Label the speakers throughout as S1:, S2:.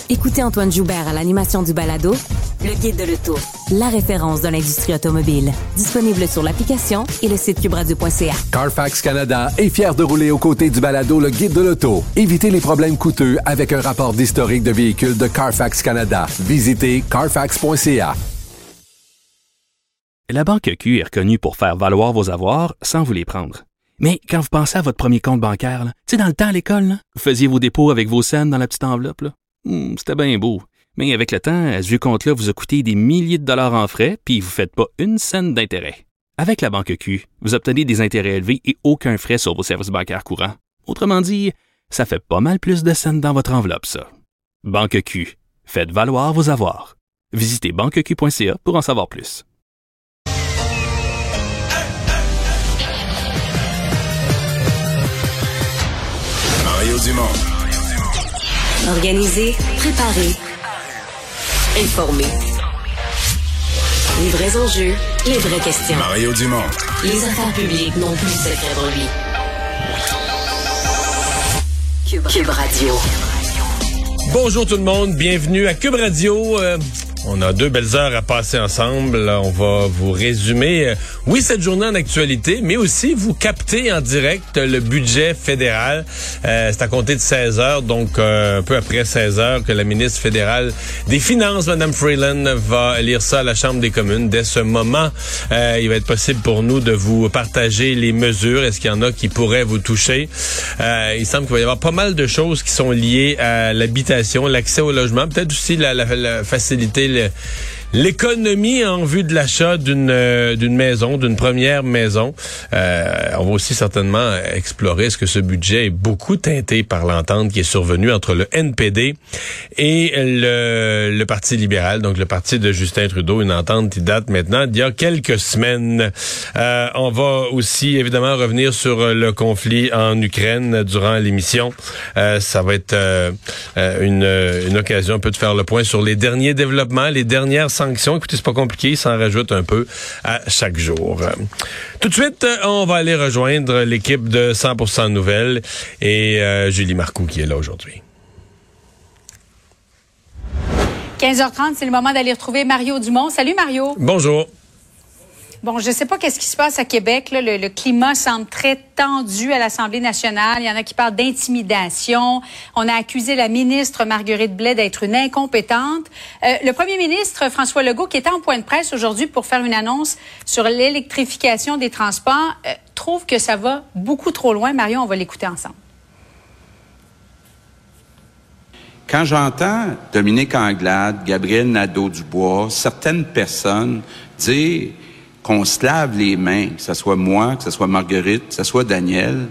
S1: Écoutez Antoine Joubert à l'animation du balado Le Guide de l'auto, la référence de l'industrie automobile. Disponible sur l'application et le site cubradio.ca.
S2: Carfax Canada est fier de rouler aux côtés du balado Le Guide de l'auto. Évitez les problèmes coûteux avec un rapport d'historique de véhicules de Carfax Canada. Visitez carfax.ca.
S3: La Banque Q est reconnue pour faire valoir vos avoirs sans vous les prendre. Mais quand vous pensez à votre premier compte bancaire, tu sais, dans le temps à l'école, là, vous faisiez vos dépôts avec vos scènes dans la petite enveloppe. Là. C'était bien beau. Mais avec le temps, ce vieux compte-là vous a coûté des milliers de dollars en frais, puis vous ne faites pas une scène d'intérêt. Avec la Banque Q, vous obtenez des intérêts élevés et aucun frais sur vos services bancaires courants. Autrement dit, ça fait pas mal plus de scènes dans votre enveloppe, ça. Banque Q. Faites valoir vos avoirs. Visitez banqueq.ca pour en savoir plus.
S4: Mario Dumont.
S1: Organiser, préparer, informer. Les vrais enjeux, les vraies questions.
S4: Mario Dumont.
S1: Les affaires publiques n'ont plus de secret pour lui. Cube Radio.
S5: Bonjour tout le monde, bienvenue à Cube Radio. On a 2 belles heures à passer ensemble. On va vous résumer, oui, cette journée en actualité, mais aussi vous capter en direct le budget fédéral. C'est à compter de 16 heures, donc un peu après 16 heures, que la ministre fédérale des Finances, Mme Freeland, va lire ça à la Chambre des communes. Dès ce moment, il va être possible pour nous de vous partager les mesures. Est-ce qu'il y en a qui pourraient vous toucher? Il semble qu'il va y avoir pas mal de choses qui sont liées à l'habitation, l'accès au logement, peut-être aussi la facilité, l'économie en vue de l'achat d'une maison, d'une première maison. On va aussi certainement explorer est-ce que ce budget est beaucoup teinté par l'entente qui est survenue entre le NPD et le Parti libéral, donc le parti de Justin Trudeau, une entente qui date maintenant d'il y a quelques semaines. On va aussi évidemment revenir sur le conflit en Ukraine durant l'émission. Ça va être une occasion un peu de faire le point sur les derniers développements, les dernières sanctions. Écoutez, c'est pas compliqué, il s'en rajoute un peu à chaque jour. Tout de suite, on va aller rejoindre l'équipe de 100% Nouvelles et Julie Marcoux qui est là aujourd'hui.
S6: 15h30, c'est le moment d'aller retrouver Mario Dumont. Salut Mario.
S5: Bonjour.
S6: Bon, je ne sais pas qu'est-ce qui se passe à Québec. Là. Le climat semble très tendu à l'Assemblée nationale. Il y en a qui parlent d'intimidation. On a accusé la ministre Marguerite Blais d'être une incompétente. Le premier ministre François Legault, qui était en point de presse aujourd'hui pour faire une annonce sur l'électrification des transports, trouve que ça va beaucoup trop loin. Mario, on va l'écouter ensemble.
S7: Quand j'entends Dominique Anglade, Gabriel Nadeau-Dubois, certaines personnes dire qu'on se lave les mains, que ce soit moi, que ce soit Marguerite, que ce soit Daniel,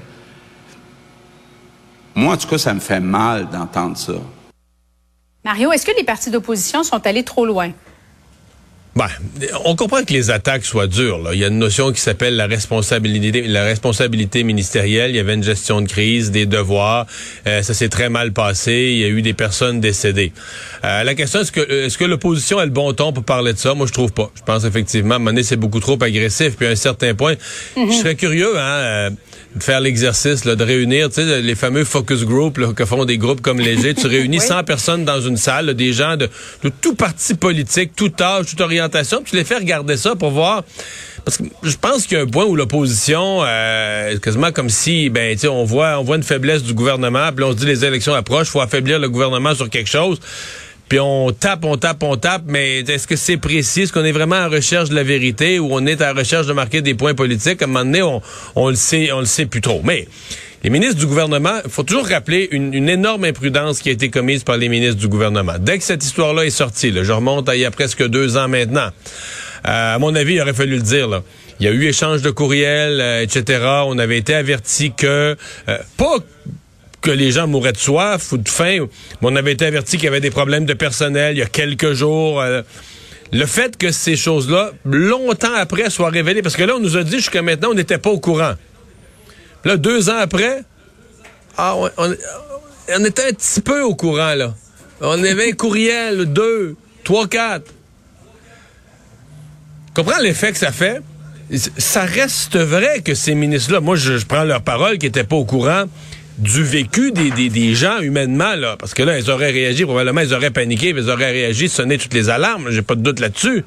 S7: moi, en tout cas, ça me fait mal d'entendre ça.
S6: Mario, est-ce que les partis d'opposition sont allés trop loin?
S5: Ben, on comprend que les attaques soient dures, là. Il y a une notion qui s'appelle la responsabilité ministérielle. Il y avait une gestion de crise, des devoirs. Ça s'est très mal passé. Il y a eu des personnes décédées. La question, est-ce que l'opposition a le bon ton pour parler de ça? Moi, je trouve pas. Je pense effectivement, à un moment donné, c'est beaucoup trop agressif. Puis à un certain point, je serais curieux, de faire l'exercice, là, de réunir, tu sais, les fameux focus group, là, que font des groupes comme Léger. Tu réunis 100 personnes dans une salle, là, des gens de tout parti politique, tout âge, toute orientation, puis tu les fais regarder ça pour voir. Parce que je pense qu'il y a un point où l'opposition, quasiment comme si, tu sais, on voit une faiblesse du gouvernement, puis on se dit les élections approchent, faut affaiblir le gouvernement sur quelque chose. Puis on tape, mais est-ce que c'est précis? Est-ce qu'on est vraiment en recherche de la vérité ou on est en recherche de marquer des points politiques? À un moment donné, on le sait plus trop. Mais les ministres du gouvernement, il faut toujours rappeler une énorme imprudence qui a été commise par les ministres du gouvernement. Dès que cette histoire-là est sortie, là, je remonte à il y a presque 2 ans maintenant, à mon avis, il aurait fallu le dire, là. Il y a eu échange de courriels, etc. On avait été avertis que, pas que les gens mouraient de soif ou de faim, mais on avait été avertis qu'il y avait des problèmes de personnel il y a quelques jours. Le fait que ces choses-là, longtemps après, soient révélées, parce que là, on nous a dit jusqu'à maintenant, on n'était pas au courant. Là, 2 ans après, on était un petit peu au courant, là. On avait un courriel, 2, 3, 4. Comprends l'effet que ça fait? Ça reste vrai que ces ministres-là, moi, je prends leur parole, qu'ils n'étaient pas au courant. du vécu des gens humainement, là. Parce que là, ils auraient réagi, probablement, ils auraient paniqué, ils auraient réagi, sonné toutes les alarmes, j'ai pas de doute là-dessus.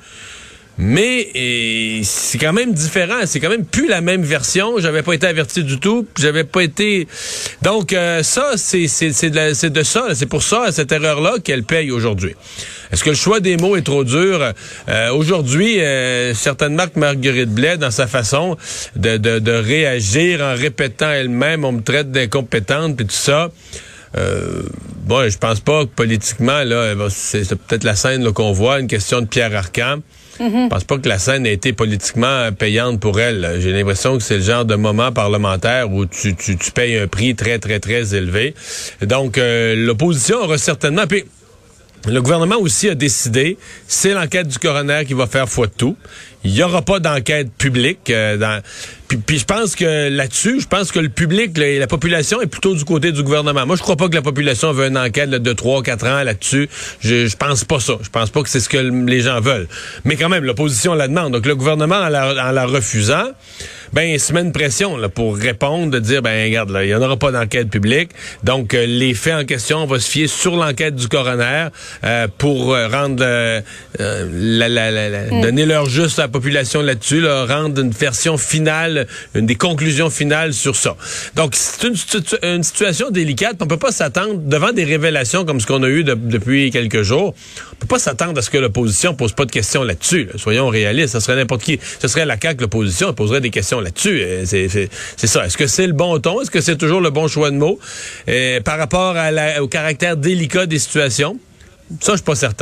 S5: Mais c'est quand même différent, c'est quand même plus la même version. J'avais pas été averti du tout, j'avais pas été. Donc ça, c'est de ça, c'est pour ça cette erreur-là qu'elle paye aujourd'hui. Est-ce que le choix des mots est trop dur? Aujourd'hui, certainement que Marguerite Blais, dans sa façon de réagir en répétant elle-même, on me traite d'incompétente puis tout ça. Bon, je pense pas que politiquement, là, c'est peut-être la scène là, qu'on voit, une question de Pierre Arcan. Je pense pas que la scène a été politiquement payante pour elle. J'ai l'impression que c'est le genre de moment parlementaire où tu payes un prix très, très, très élevé. Donc, l'opposition aura certainement... Puis, le gouvernement aussi a décidé, c'est l'enquête du coroner qui va faire foi de tout. Il n'y aura pas d'enquête publique. Puis je pense que là-dessus, je pense que le public et la population est plutôt du côté du gouvernement. Moi, je crois pas que la population veut une enquête de 3-4 ans là-dessus. Je pense pas ça. Je pense pas que c'est ce que les gens veulent. Mais quand même, l'opposition la demande. Donc le gouvernement, en la refusant, il se met une pression là, pour répondre, de dire, regarde, là, il n'y en aura pas d'enquête publique. Donc les faits en question, on va se fier sur l'enquête du coroner pour rendre donner leur juste à la population là-dessus, là, rendre une version finale, une des conclusions finales sur ça. Donc, c'est une situation délicate. On peut pas s'attendre, devant des révélations comme ce qu'on a eu depuis quelques jours, on peut pas s'attendre à ce que l'opposition pose pas de questions là-dessus. Là. Soyons réalistes. Ça serait n'importe qui. Ce serait la CAQ, l'opposition, elle poserait des questions là-dessus. C'est ça. Est-ce que c'est le bon ton? Est-ce que c'est toujours le bon choix de mots? Par rapport au caractère délicat des situations? Ça, je suis pas certain.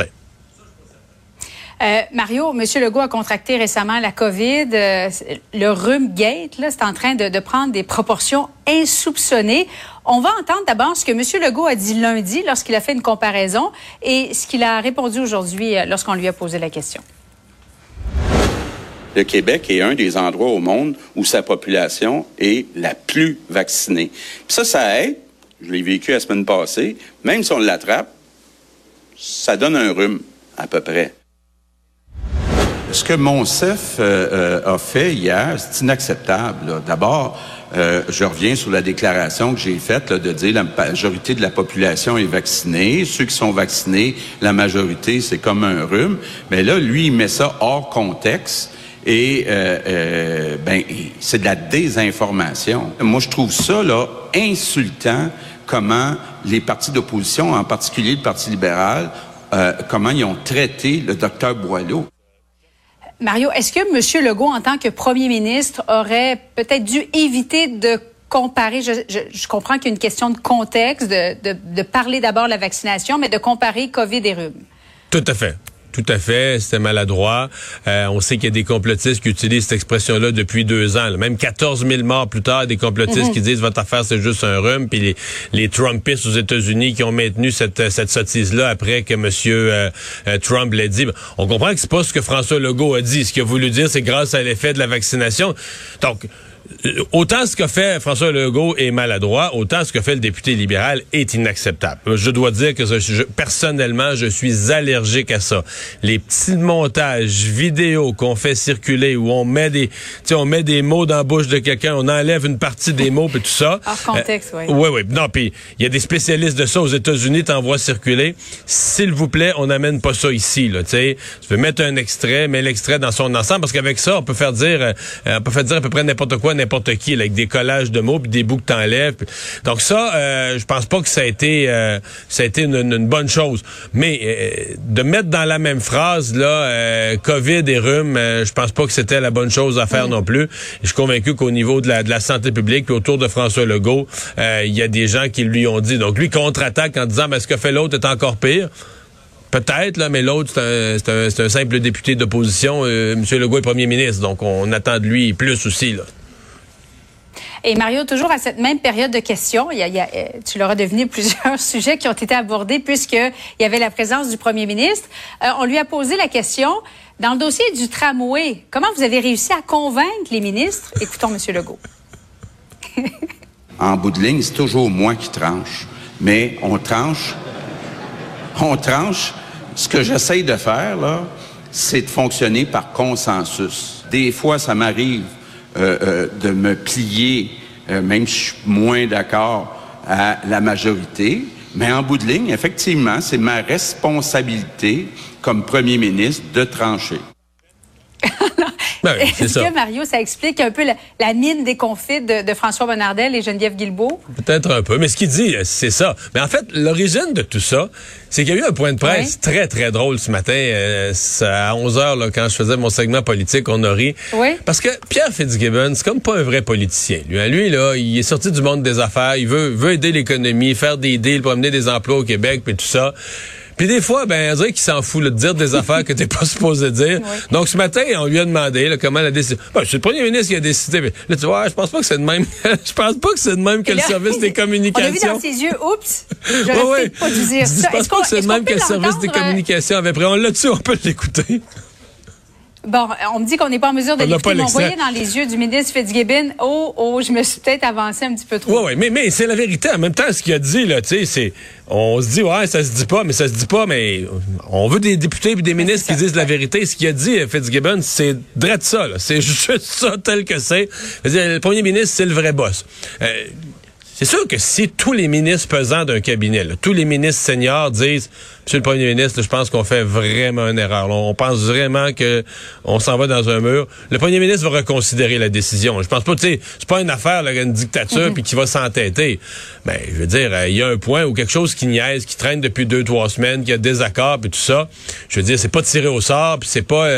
S6: Mario, M. Legault a contracté récemment la COVID. Le rhume gate, là, c'est en train de prendre des proportions insoupçonnées. On va entendre d'abord ce que M. Legault a dit lundi lorsqu'il a fait une comparaison et ce qu'il a répondu aujourd'hui lorsqu'on lui a posé la question.
S7: Le Québec est un des endroits au monde où sa population est la plus vaccinée. Puis ça aide. Je l'ai vécu la semaine passée. Même si on l'attrape, ça donne un rhume, à peu près. Ce que Monsef a fait hier, c'est inacceptable. Là. D'abord, je reviens sur la déclaration que j'ai faite là, de dire la majorité de la population est vaccinée. Ceux qui sont vaccinés, la majorité, c'est comme un rhume. Mais là, lui, il met ça hors contexte. Et c'est de la désinformation. Moi, je trouve ça là insultant comment les partis d'opposition, en particulier le Parti libéral, comment ils ont traité le docteur Boileau.
S6: Mario, est-ce que M. Legault, en tant que premier ministre, aurait peut-être dû éviter de comparer, je comprends qu'il y a une question de contexte, de parler d'abord de la vaccination, mais de comparer COVID et rhume?
S5: Tout à fait. Tout à fait, c'était maladroit. On sait qu'il y a des complotistes qui utilisent cette expression-là depuis 2 ans. Là. Même 14 000 morts plus tard, des complotistes qui disent « votre affaire, c'est juste un rhume ». Puis les Trumpistes aux États-Unis qui ont maintenu cette sottise-là après que M. Trump l'ait dit. On comprend que c'est pas ce que François Legault a dit. Ce qu'il a voulu dire, c'est grâce à l'effet de la vaccination. Donc, autant ce qu'a fait François Legault est maladroit, autant ce que fait le député libéral est inacceptable. Je dois dire que personnellement, je suis allergique à ça. Les petits montages vidéo qu'on fait circuler où on met des mots dans la bouche de quelqu'un, on enlève une partie des mots puis tout ça.
S6: Hors contexte, oui.
S5: Oui. Non, puis il y a des spécialistes de ça aux États-Unis, t'envoient circuler. S'il vous plaît, on n'amène pas ça ici, là, tu sais. Tu veux mettre un extrait, mets l'extrait dans son ensemble parce qu'avec ça, on peut faire dire à peu près n'importe quoi, n'importe qui, là, avec des collages de mots puis des bouts que t'enlèves. Donc ça, je pense pas que ça a été une bonne chose. Mais de mettre dans la même phrase là, COVID et rhume, je pense pas que c'était la bonne chose à faire non plus. Je suis convaincu qu'au niveau de la santé publique puis autour de François Legault, il y a des gens qui lui ont dit. Donc lui contre-attaque en disant ce que fait l'autre est encore pire. Peut-être, là, mais l'autre, c'est un simple député d'opposition. M. Legault est premier ministre, donc on attend de lui plus aussi, là.
S6: Et Mario, toujours à cette même période de questions, tu l'auras deviné, plusieurs sujets qui ont été abordés puisqu'il y avait la présence du premier ministre. On lui a posé la question, dans le dossier du tramway, comment vous avez réussi à convaincre les ministres? Écoutons M. Legault.
S7: En bout de ligne, c'est toujours moi qui tranche. Mais on tranche. Ce que j'essaye de faire, là, c'est de fonctionner par consensus. Des fois, ça m'arrive de me plier, même si je suis moins d'accord à la majorité. Mais en bout de ligne, effectivement, c'est ma responsabilité comme premier ministre de trancher.
S5: Ben oui, c'est
S6: Est-ce
S5: ça.
S6: que, Mario, ça explique un peu la mine des conflits de François Bonnardel et Geneviève Guilbeault?
S5: Peut-être un peu, mais ce qu'il dit, c'est ça. Mais en fait, l'origine de tout ça, c'est qu'il y a eu un point de presse très, très drôle ce matin, à 11h, là, quand je faisais mon segment politique, on a ri.
S6: Oui.
S5: Parce que Pierre Fitzgibbon, c'est comme pas un vrai politicien. Lui, là, il est sorti du monde des affaires, il veut aider l'économie, faire des deals pour amener des emplois au Québec, puis tout ça. Puis des fois, on dirait qu'il s'en fout là, de dire des affaires que t'es pas supposé dire. Oui. Donc ce matin, on lui a demandé là, comment elle a décidé. C'est le premier ministre qui a décidé. Mais là, tu vois, je pense pas que c'est de même. Je pense pas que c'est de même que le service des communications.
S6: On a vu dans ses yeux, oups, j'aurais peut-être pas dû dire ça.
S5: Je pense pas que c'est de même que le service des communications avait pris. On l'a dessus, on peut l'écouter.
S6: Bon, on me dit qu'on n'est pas en mesure de l'écouter, mais on voyait dans les yeux du ministre Fitzgibbon, je me suis peut-être avancé un petit peu trop.
S5: Oui, mais c'est la vérité. En même temps, ce qu'il a dit, là, tu sais, on se dit, ça se dit pas, mais on veut des députés et des ministres qui disent la vérité. Ce qu'il a dit, Fitzgibbon, c'est drôle ça, là. C'est juste ça tel que c'est. Le premier ministre, c'est le vrai boss. C'est sûr que si tous les ministres pesants d'un cabinet, là, tous les ministres seniors disent, Monsieur le premier ministre, là, je pense qu'on fait vraiment une erreur. Là, on pense vraiment que on s'en va dans un mur. Le premier ministre va reconsidérer la décision. Je pense pas, tu sais, c'est pas une affaire, là, une dictature, puis qui va s'entêter. Mais je veux dire, il y a un point où quelque chose qui niaise, qui traîne depuis 2-3 semaines, qui a des accords, puis tout ça. Je veux dire, c'est pas tiré au sort, puis c'est pas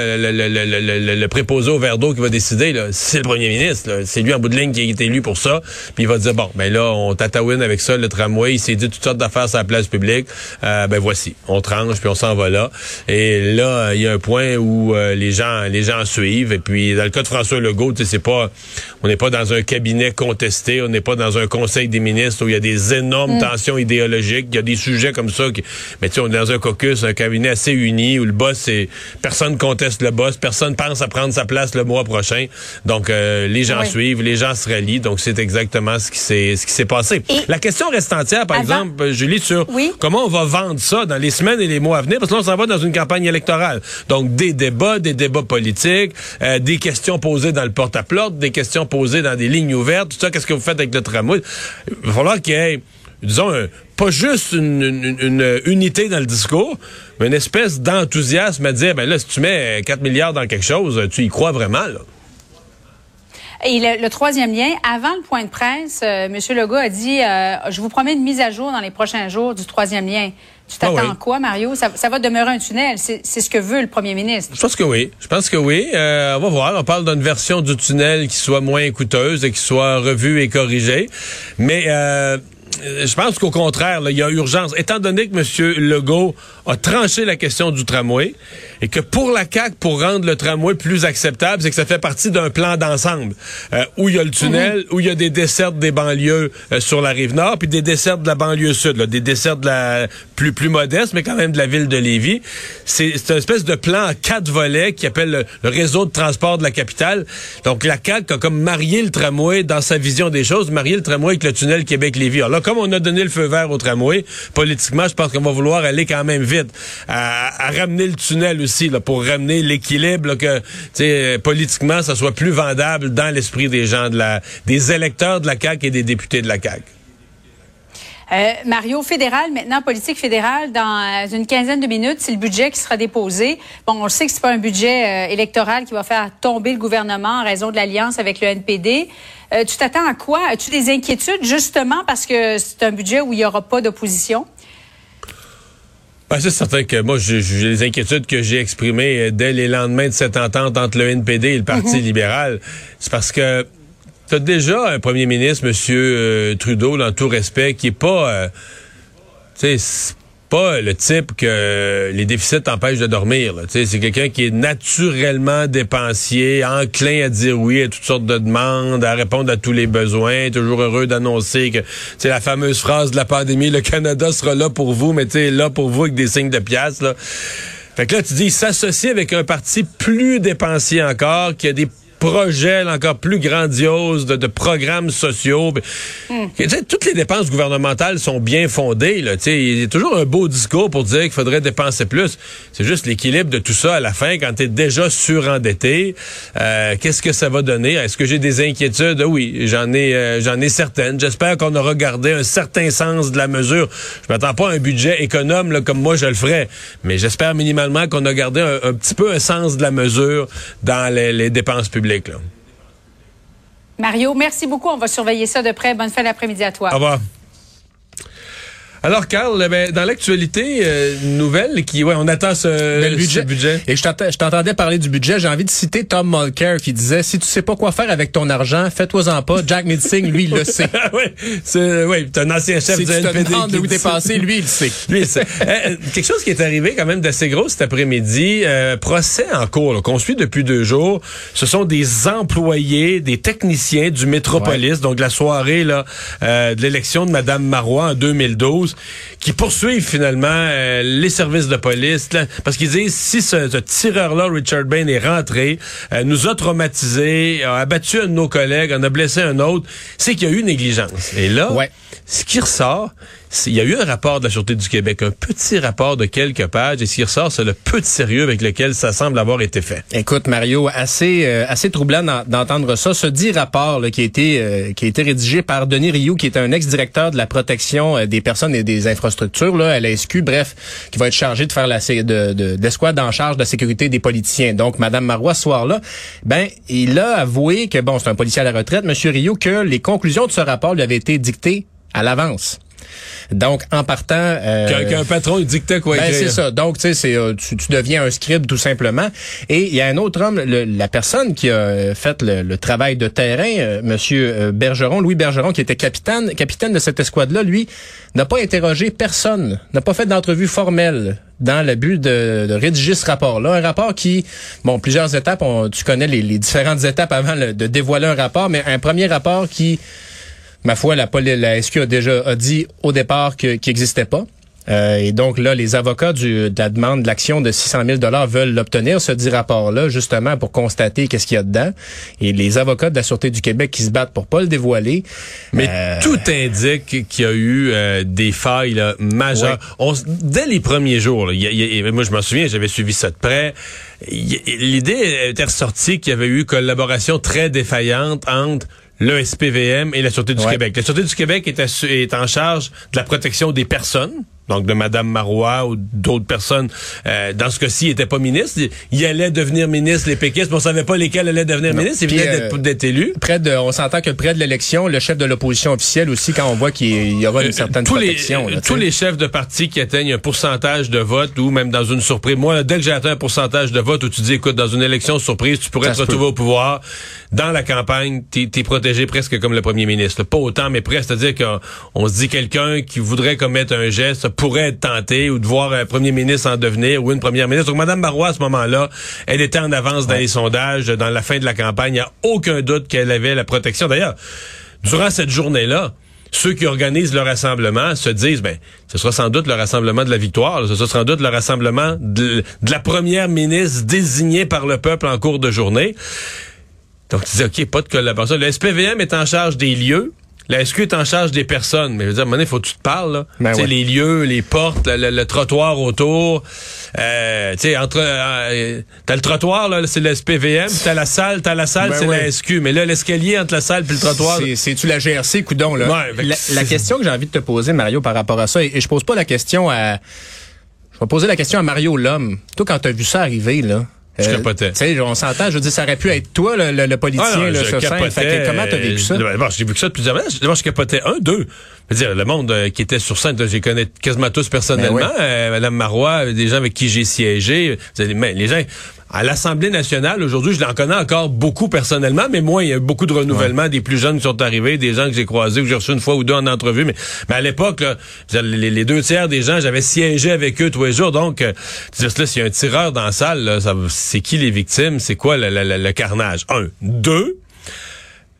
S5: le préposé au verre d'eau qui va décider. Là. C'est le premier ministre. Là. C'est lui en bout de ligne qui a été élu pour ça. Puis il va dire là, on tataouine avec ça, le tramway. Il s'est dit toutes sortes d'affaires sur la place publique. Voici. On tranche, puis on s'en va là. Et là, il y a un point où les gens suivent. Et puis, dans le cas de François Legault, on n'est pas dans un cabinet contesté, on n'est pas dans un conseil des ministres où il y a des énormes tensions idéologiques. Il y a des sujets comme ça. Mais tu sais, on est dans un caucus, un cabinet assez uni où le boss, personne conteste le boss, personne pense à prendre sa place le mois prochain. Donc, les gens suivent, les gens se rallient. Donc, c'est exactement ce qui s'est passé. Et la question reste entière, par exemple, Julie, sur comment on va vendre ça dans les semaines et les mois à venir, parce que là, on s'en va dans une campagne électorale. Donc, des débats politiques, des questions posées dans le porte-à-porte, des questions posées dans des lignes ouvertes, tout ça, qu'est-ce que vous faites avec le tramway? Il va falloir qu'il y ait, disons, pas juste une unité dans le discours, mais une espèce d'enthousiasme à dire, là, si tu mets 4 milliards dans quelque chose, tu y crois vraiment, là.
S6: Et le troisième lien, avant le point de presse, M. Legault a dit, je vous promets une mise à jour dans les prochains jours du troisième lien. Tu t'attends quoi, Mario? Ça va demeurer un tunnel. C'est ce que veut le premier ministre. Je pense que oui. On va voir. On parle d'une version du tunnel qui soit moins coûteuse et qui soit revue et corrigée. Mais je pense qu'au contraire, il y a urgence. Étant donné que M. Legault a tranché la question du tramway et que pour la CAQ, pour rendre le tramway plus acceptable, c'est que ça fait partie d'un plan d'ensemble où il y a le tunnel, où il y a des dessertes des banlieues sur la Rive-Nord, puis des dessertes de la banlieue sud, là, des dessertes de la plus modeste, mais quand même de la ville de Lévis. C'est une espèce de plan en 4 volets qui appelle le réseau de transport de la capitale. Donc la CAQ a comme marié le tramway dans sa vision des choses, marié le tramway avec le tunnel Québec-Lévis. Alors là, comme on a donné le feu vert au tramway, politiquement, je pense qu'on va vouloir aller quand même vite à ramener le tunnel aussi, là, pour ramener l'équilibre, là, que, tu sais, politiquement, ça soit plus vendable dans l'esprit des gens des électeurs de la CAQ et des députés de la CAQ. Mario, fédéral, maintenant, politique fédérale, dans une quinzaine de minutes, c'est le budget qui sera déposé. Bon, on le sait que c'est pas un budget électoral qui va faire tomber le gouvernement en raison de l'alliance avec le NPD. Tu t'attends à quoi? As-tu des inquiétudes, justement, parce que c'est un budget où il n'y aura pas d'opposition?
S5: C'est certain que moi, j'ai les inquiétudes que j'ai exprimées dès les lendemains de cette entente entre le NPD et le Parti libéral. C'est parce que t'as déjà un premier ministre, M. Trudeau, dans tout respect, qui est pas, c'est pas le type que les déficits empêchent de dormir. C'est quelqu'un qui est naturellement dépensier, enclin à dire oui à toutes sortes de demandes, à répondre à tous les besoins, toujours heureux d'annoncer que c'est la fameuse phrase de la pandémie, le Canada sera là pour vous, mais là pour vous avec des signes de piastres. Là. Fait que là, tu dis, il s'associe avec un parti plus dépensier encore, qui a des projets là, encore plus grandioses de programmes sociaux. Toutes les dépenses gouvernementales sont bien fondées. Il y a toujours un beau discours pour dire qu'il faudrait dépenser plus. C'est juste l'équilibre de tout ça à la fin, quand tu es déjà surendetté. Qu'est-ce que ça va donner? Est-ce que j'ai des inquiétudes? Oui, j'en ai certaines. J'espère qu'on aura gardé un certain sens de la mesure. Je m'attends pas à un budget économe là, comme moi je le ferais, mais j'espère minimalement qu'on a gardé un petit peu un sens de la mesure dans les dépenses publiques. Là.
S6: Mario, merci beaucoup. On va surveiller ça de près. Bonne fin d'après-midi à toi.
S5: Au revoir. Alors, Carl, dans l'actualité, nouvelle on attend ce budget.
S8: Et je t'entendais parler du budget. J'ai envie de citer Tom Mulcair qui disait, si tu sais pas quoi faire avec ton argent, fais-toi-en pas. Jack Meeting, lui, il le sait.
S5: c'est un ancien chef du NPD.
S8: Si tu te demandes où dépenser, lui, il le sait.
S5: Quelque chose qui est arrivé quand même d'assez gros cet après-midi, procès en cours, là, qu'on suit depuis 2 jours. Ce sont des employés, des techniciens du Métropolis, donc la soirée là de l'élection de Mme Marois en 2012. Qui poursuivent finalement les services de police là, parce qu'ils disent si ce tireur-là, Richard Bain, est rentré, nous a traumatisés, a abattu un de nos collègues, en a blessé un autre, c'est qu'il y a eu négligence. Et là, ce qui ressort, il y a eu un rapport de la Sûreté du Québec, un petit rapport de quelques pages, et ce qui ressort, c'est le peu de sérieux avec lequel ça semble avoir été fait.
S8: Écoute, Mario, assez troublant d'entendre ça. Ce dit rapport là, qui a été rédigé par Denis Rioux, qui est un ex-directeur de la protection des personnes et des infrastructures là, à la SQ, bref, qui va être chargé de faire l'escouade en charge de la sécurité des politiciens. Donc, Mme Marois, ce soir-là, il a avoué que, c'est un policier à la retraite, M. Rioux, que les conclusions de ce rapport lui avaient été dictées à l'avance. Donc, en partant...
S5: Qu'un patron dictait quoi écrire.
S8: C'est ça. Donc, tu sais, tu deviens un scribe, tout simplement. Et il y a un autre homme, la personne qui a fait le travail de terrain, Monsieur Bergeron, Louis Bergeron, qui était capitaine de cette escouade-là, lui, n'a pas interrogé personne, n'a pas fait d'entrevue formelle dans le but de rédiger ce rapport-là. Un rapport qui, plusieurs étapes, tu connais les différentes étapes avant de dévoiler un rapport, mais un premier rapport qui... Ma foi, la SQ a dit au départ qu'il n'existait pas. Et donc là, les avocats de la demande de l'action de 600 000 $, veulent l'obtenir, ce dit rapport-là, justement pour constater qu'est-ce qu'il y a dedans. Et les avocats de la Sûreté du Québec qui se battent pour pas le dévoiler.
S5: Mais tout indique qu'il y a eu des failles là, majeures. Dès les premiers jours, là, moi je m'en souviens, j'avais suivi ça de près. L'idée était ressortie qu'il y avait eu collaboration très défaillante entre le SPVM et la Sûreté du Québec. La Sûreté du Québec est en charge de la protection des personnes, donc de Mme Marois ou d'autres personnes. Dans ce cas-ci, il n'était pas ministre. Il allait devenir ministre, les péquistes, mais on savait pas lesquels allaient devenir ministres. Il venait d'être élu.
S8: On s'entend que près de l'élection, le chef de l'opposition officielle aussi, quand on voit qu'il y aura une certaine protection.
S5: Tous les chefs de parti qui atteignent un pourcentage de vote ou même dans une surprise. Moi, dès que j'ai atteint un pourcentage de vote où tu dis, écoute, dans une élection surprise, tu pourrais te retrouver au pouvoir. Dans la campagne, t'es protégé presque comme le premier ministre. Pas autant, mais presque. C'est-à-dire qu'on se dit quelqu'un qui voudrait commettre un geste pourrait être tenté ou de voir un premier ministre en devenir ou une première ministre. Donc, Mme Marois, à ce moment-là, elle était en avance dans les sondages. Dans la fin de la campagne, il n'y a aucun doute qu'elle avait la protection. D'ailleurs, durant cette journée-là, ceux qui organisent le rassemblement se disent, ce sera sans doute le rassemblement de la victoire. Ce sera sans doute le rassemblement de la première ministre désignée par le peuple en cours de journée. Donc, tu dis, OK, pas de collaboration. Le SPVM est en charge des lieux. La SQ est en charge des personnes. Mais je veux dire, à un moment donné, faut que tu te parles, là. Les lieux, les portes, le trottoir autour. T'as le trottoir, là, c'est le SPVM. T'as la salle, c'est la SQ. Mais là, l'escalier entre la salle puis le trottoir.
S8: C'est-tu la GRC, coudon, là? La question que j'ai envie de te poser, Mario, par rapport à ça, et je pose pas la question à... Je vais poser la question à Mario L'Homme. Toi, quand t'as vu ça arriver, là,
S5: je capotais.
S8: Tu sais, on s'entend, je veux dire, ça aurait pu être toi, le politicien, ce scène. Comment t'as vécu ça?
S5: D'abord, j'ai vécu ça plusieurs fois. D'abord, je capotais. Deux. Je veux dire, le monde qui était sur scène, je les connais quasiment tous personnellement. Mme Marois, des gens avec qui j'ai siégé. Les gens... À l'Assemblée nationale, aujourd'hui, je l'en connais encore beaucoup personnellement, mais moi, il y a eu beaucoup de renouvellement, des plus jeunes qui sont arrivés, des gens que j'ai croisés, que j'ai reçus une fois ou deux en entrevue. Mais à l'époque, là, les 2 tiers des gens, j'avais siégé avec eux tous les jours. Donc, tu dis, là, s'il y a un tireur dans la salle, là, c'est qui les victimes? C'est quoi le carnage? 1. 2.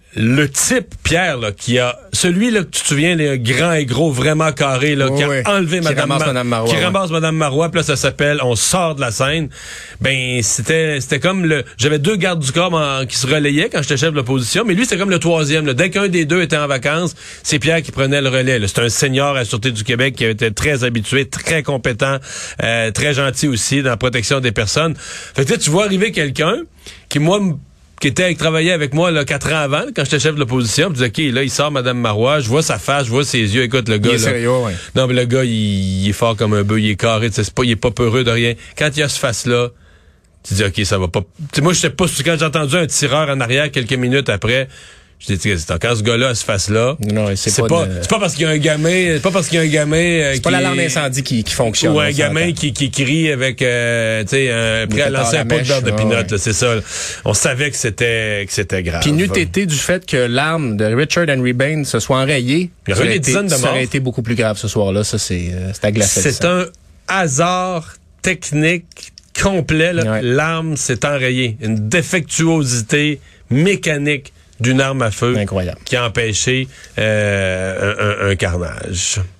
S5: le type, Pierre, là, celui là, que tu te souviens, les grands et gros, vraiment carré, là, qui a enlevé Madame Marois. Qui ramasse Madame Marois, puis là, ça s'appelle On sort de la scène. Ben, c'était comme j'avais 2 gardes du corps qui se relayaient quand j'étais chef de l'opposition, mais lui, c'était comme le 3e, là. Dès qu'un des 2 était en vacances, c'est Pierre qui prenait le relais, là. C'est un senior à la Sûreté du Québec qui avait été très habitué, très compétent, très gentil aussi dans la protection des personnes. Fait que tu vois arriver quelqu'un qui travaillait avec moi là 4 ans avant, quand j'étais chef de l'opposition, puis OK, là, il sort Mme Marois, je vois sa face, je vois ses yeux, écoute, le gars,
S8: il est sérieux, ouais.
S5: Non, mais le gars, il est fort comme un bœuf, il est carré, il est pas peureux de rien. Quand il a ce face-là, tu dis, OK, ça va pas... T'sais, moi, je sais pas, quand j'ai entendu un tireur en arrière quelques minutes après, je dis, quand ce gars-là a ce face-là,
S8: non, c'est pas
S5: parce qu'il y a un gamin,
S8: c'est pas l'alarme incendie qui fonctionne.
S5: Ou un gamin qui crie avec, prêt à lancer un pot de beurre de pinot, c'est ça. On savait que c'était grave.
S8: Puis n'eût été du fait que l'arme de Richard Henry Bain se soit enrayée,
S5: il y aurait eu des dizaines de morts.
S8: Ça aurait été beaucoup plus grave ce soir-là. Ça, c'est aglaçant.
S5: C'est un hasard technique complet, là. Ouais. L'arme s'est enrayée. Une défectuosité mécanique d'une arme à feu.
S8: Incroyable.
S5: Qui a empêché un carnage.